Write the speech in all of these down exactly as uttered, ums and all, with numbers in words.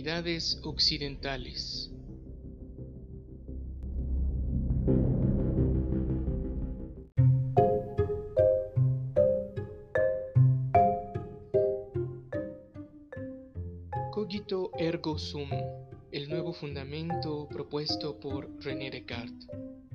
humanidades occidentales. Cogito ergo sum, el nuevo fundamento propuesto por René Descartes.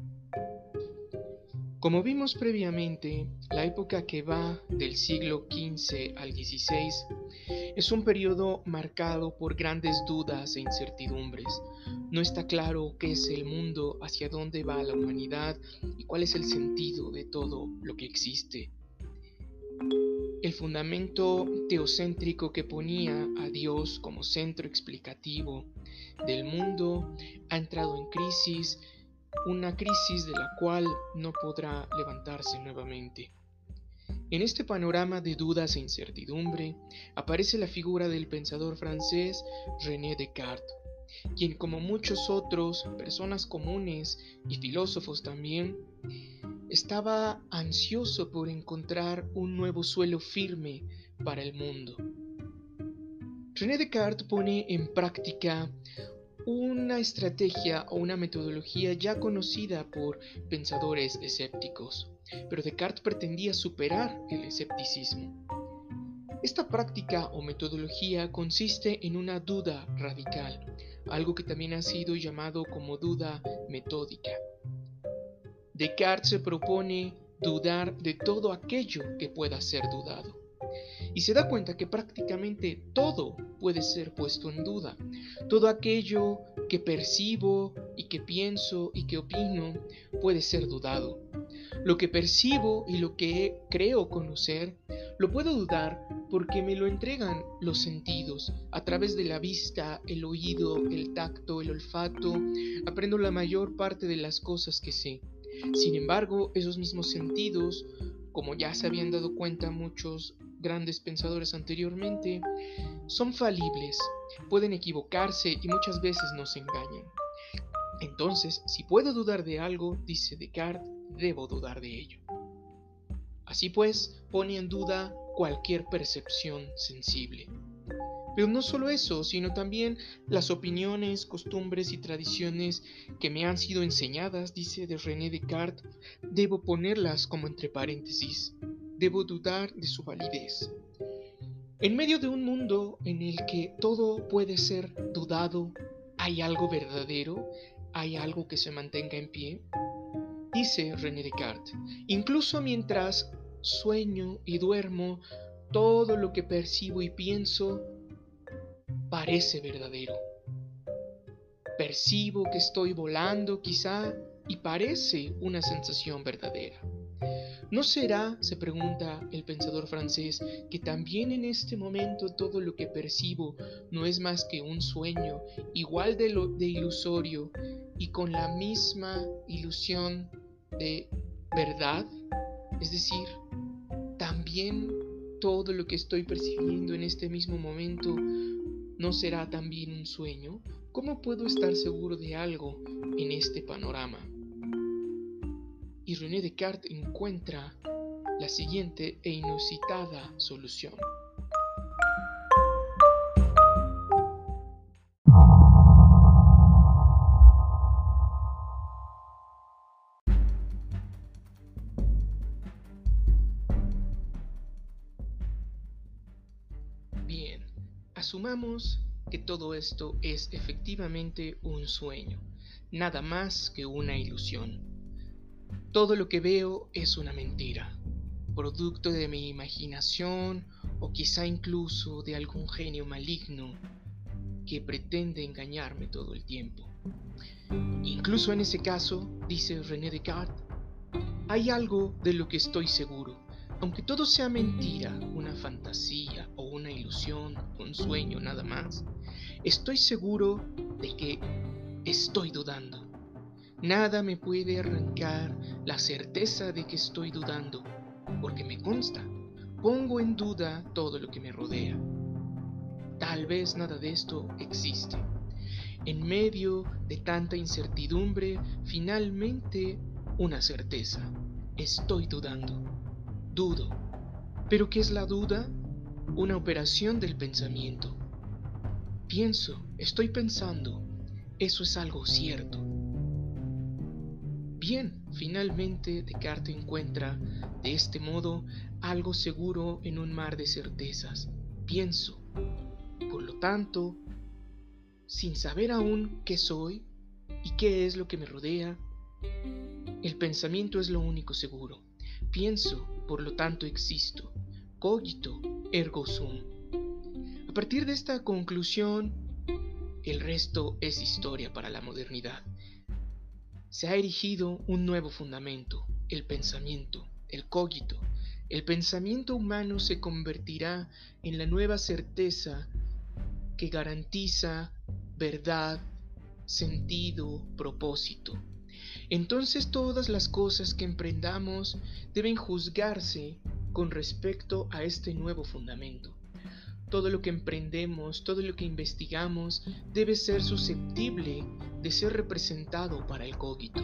Como vimos previamente, la época que va del siglo quince al dieciséis es un periodo marcado por grandes dudas e incertidumbres. No está claro qué es el mundo, hacia dónde va la humanidad y cuál es el sentido de todo lo que existe. El fundamento teocéntrico que ponía a Dios como centro explicativo del mundo ha entrado en crisis, una crisis de la cual no podrá levantarse nuevamente. En este panorama de dudas e incertidumbre aparece la figura del pensador francés René Descartes, quien, como muchos otros, personas comunes y filósofos también, estaba ansioso por encontrar un nuevo suelo firme para el mundo. René Descartes pone en práctica una estrategia o una metodología ya conocida por pensadores escépticos, pero Descartes pretendía superar el escepticismo. Esta práctica o metodología consiste en una duda radical, algo que también ha sido llamado como duda metódica. Descartes se propone dudar de todo aquello que pueda ser dudado, y se da cuenta que prácticamente todo puede ser puesto en duda. Todo aquello que percibo y que pienso y que opino puede ser dudado. Lo que percibo y lo que creo conocer lo puedo dudar porque me lo entregan los sentidos. A través de la vista, el oído, el tacto, el olfato, aprendo la mayor parte de las cosas que sé. Sin embargo, esos mismos sentidos, como ya se habían dado cuenta muchos grandes pensadores anteriormente, son falibles, pueden equivocarse y muchas veces nos engañan. Entonces, si puedo dudar de algo, dice Descartes, debo dudar de ello. Así pues, pone en duda cualquier percepción sensible. Pero no solo eso, sino también las opiniones, costumbres y tradiciones que me han sido enseñadas, dice de René Descartes, debo ponerlas como entre paréntesis. Debo dudar de su validez. En medio de un mundo en el que todo puede ser dudado, ¿hay algo verdadero? ¿Hay algo que se mantenga en pie? Dice René Descartes, incluso mientras sueño y duermo, todo lo que percibo y pienso parece verdadero. Percibo que estoy volando quizá y parece una sensación verdadera. ¿No será, se pregunta el pensador francés, que también en este momento todo lo que percibo no es más que un sueño, igual de, lo, de ilusorio y con la misma ilusión de verdad? Es decir, también todo lo que estoy percibiendo en este mismo momento ¿no será también un sueño? ¿Cómo puedo estar seguro de algo en este panorama? Y René Descartes encuentra la siguiente e inusitada solución. Bien, asumamos que todo esto es efectivamente un sueño, nada más que una ilusión. Todo lo que veo es una mentira, producto de mi imaginación o quizá incluso de algún genio maligno que pretende engañarme todo el tiempo. Incluso en ese caso, dice René Descartes, hay algo de lo que estoy seguro. Aunque todo sea mentira, una fantasía o una ilusión, un sueño nada más, estoy seguro de que estoy dudando. Nada me puede arrancar la certeza de que estoy dudando, porque me consta, pongo en duda todo lo que me rodea. Tal vez nada de esto existe. En medio de tanta incertidumbre, finalmente una certeza. Estoy dudando. Dudo. ¿Pero qué es la duda? Una operación del pensamiento. Pienso, estoy pensando, eso es algo cierto. Bien, finalmente Descartes encuentra, de este modo, algo seguro en un mar de certezas. Pienso, por lo tanto, sin saber aún qué soy y qué es lo que me rodea, el pensamiento es lo único seguro. Pienso, por lo tanto existo. Cogito, ergo sum. A partir de esta conclusión, el resto es historia para la modernidad. Se ha erigido un nuevo fundamento, el pensamiento, el cogito. El pensamiento humano se convertirá en la nueva certeza que garantiza verdad, sentido, propósito. Entonces todas las cosas que emprendamos deben juzgarse con respecto a este nuevo fundamento. Todo lo que emprendemos, todo lo que investigamos, debe ser susceptible de ser representado para el cogito.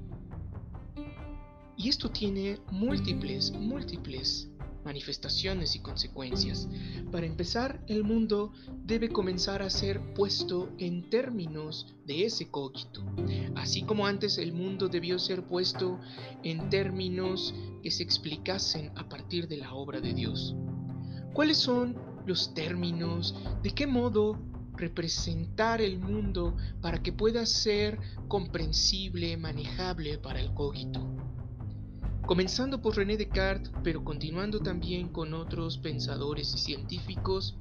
Y esto tiene múltiples, múltiples manifestaciones y consecuencias. Para empezar, el mundo debe comenzar a ser puesto en términos de ese cogito. Así como antes el mundo debió ser puesto en términos que se explicasen a partir de la obra de Dios. ¿Cuáles son los términos? ¿De qué modo representar el mundo para que pueda ser comprensible, manejable para el cogito? Comenzando por René Descartes, pero continuando también con otros pensadores y científicos,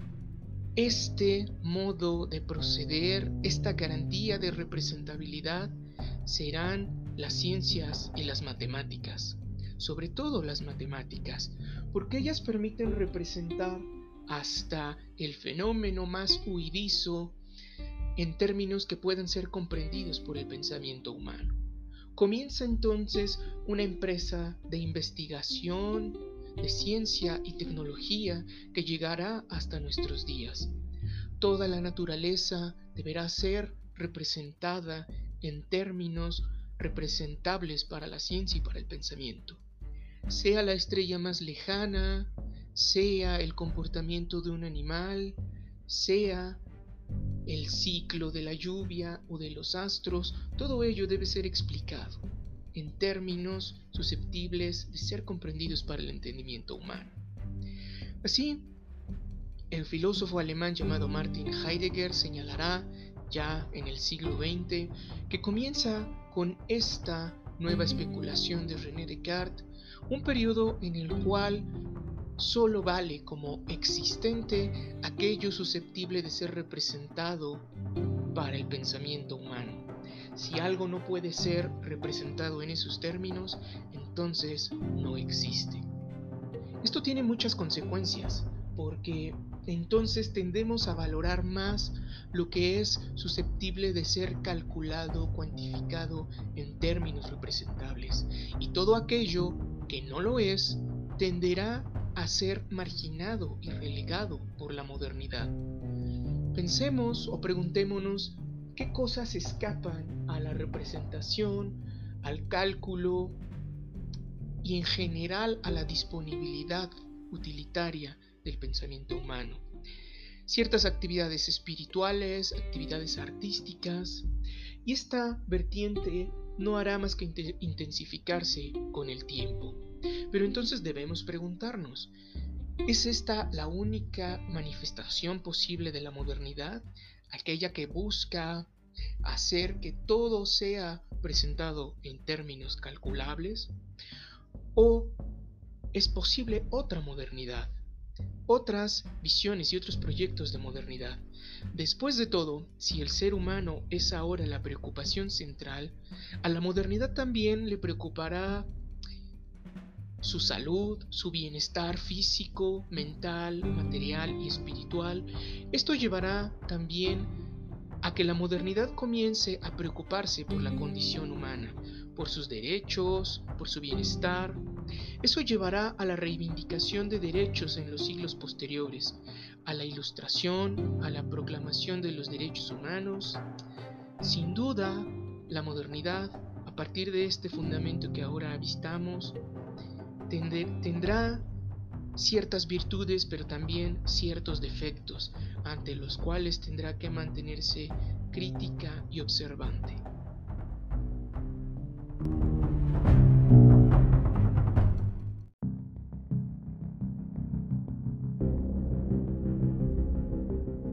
este modo de proceder, esta garantía de representabilidad, serán las ciencias y las matemáticas, sobre todo las matemáticas, porque ellas permiten representar hasta el fenómeno más huidizo en términos que puedan ser comprendidos por el pensamiento humano. Comienza entonces una empresa de investigación, de ciencia y tecnología que llegará hasta nuestros días. Toda la naturaleza deberá ser representada en términos representables para la ciencia y para el pensamiento. Sea la estrella más lejana, sea el comportamiento de un animal, sea el ciclo de la lluvia o de los astros, todo ello debe ser explicado en términos susceptibles de ser comprendidos para el entendimiento humano. Así, el filósofo alemán llamado Martin Heidegger señalará ya en el siglo veinte que comienza con esta nueva especulación de René Descartes, un periodo en el cual solo vale como existente aquello susceptible de ser representado para el pensamiento humano. Si algo no puede ser representado en esos términos, entonces no existe. Esto tiene muchas consecuencias, porque entonces tendemos a valorar más lo que es susceptible de ser calculado, cuantificado en términos representables, y todo aquello que no lo es tenderá a ser marginado y relegado por la modernidad. Pensemos o preguntémonos qué cosas escapan a la representación, al cálculo y en general a la disponibilidad utilitaria del pensamiento humano. Ciertas actividades espirituales, actividades artísticas, y esta vertiente no hará más que intensificarse con el tiempo. Pero entonces debemos preguntarnos, ¿es esta la única manifestación posible de la modernidad? Aquella que busca hacer que todo sea presentado en términos calculables. ¿O es posible otra modernidad? Otras visiones y otros proyectos de modernidad. Después de todo, si el ser humano es ahora la preocupación central, a la modernidad también le preocupará su salud, su bienestar físico, mental, material y espiritual. Esto llevará también a que la modernidad comience a preocuparse por la condición humana, por sus derechos, por su bienestar. Eso llevará a la reivindicación de derechos en los siglos posteriores, a la ilustración, a la proclamación de los derechos humanos. Sin duda, la modernidad, a partir de este fundamento que ahora avistamos, tendrá ciertas virtudes, pero también ciertos defectos, ante los cuales tendrá que mantenerse crítica y observante.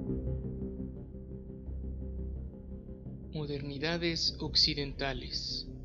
Modernidades occidentales.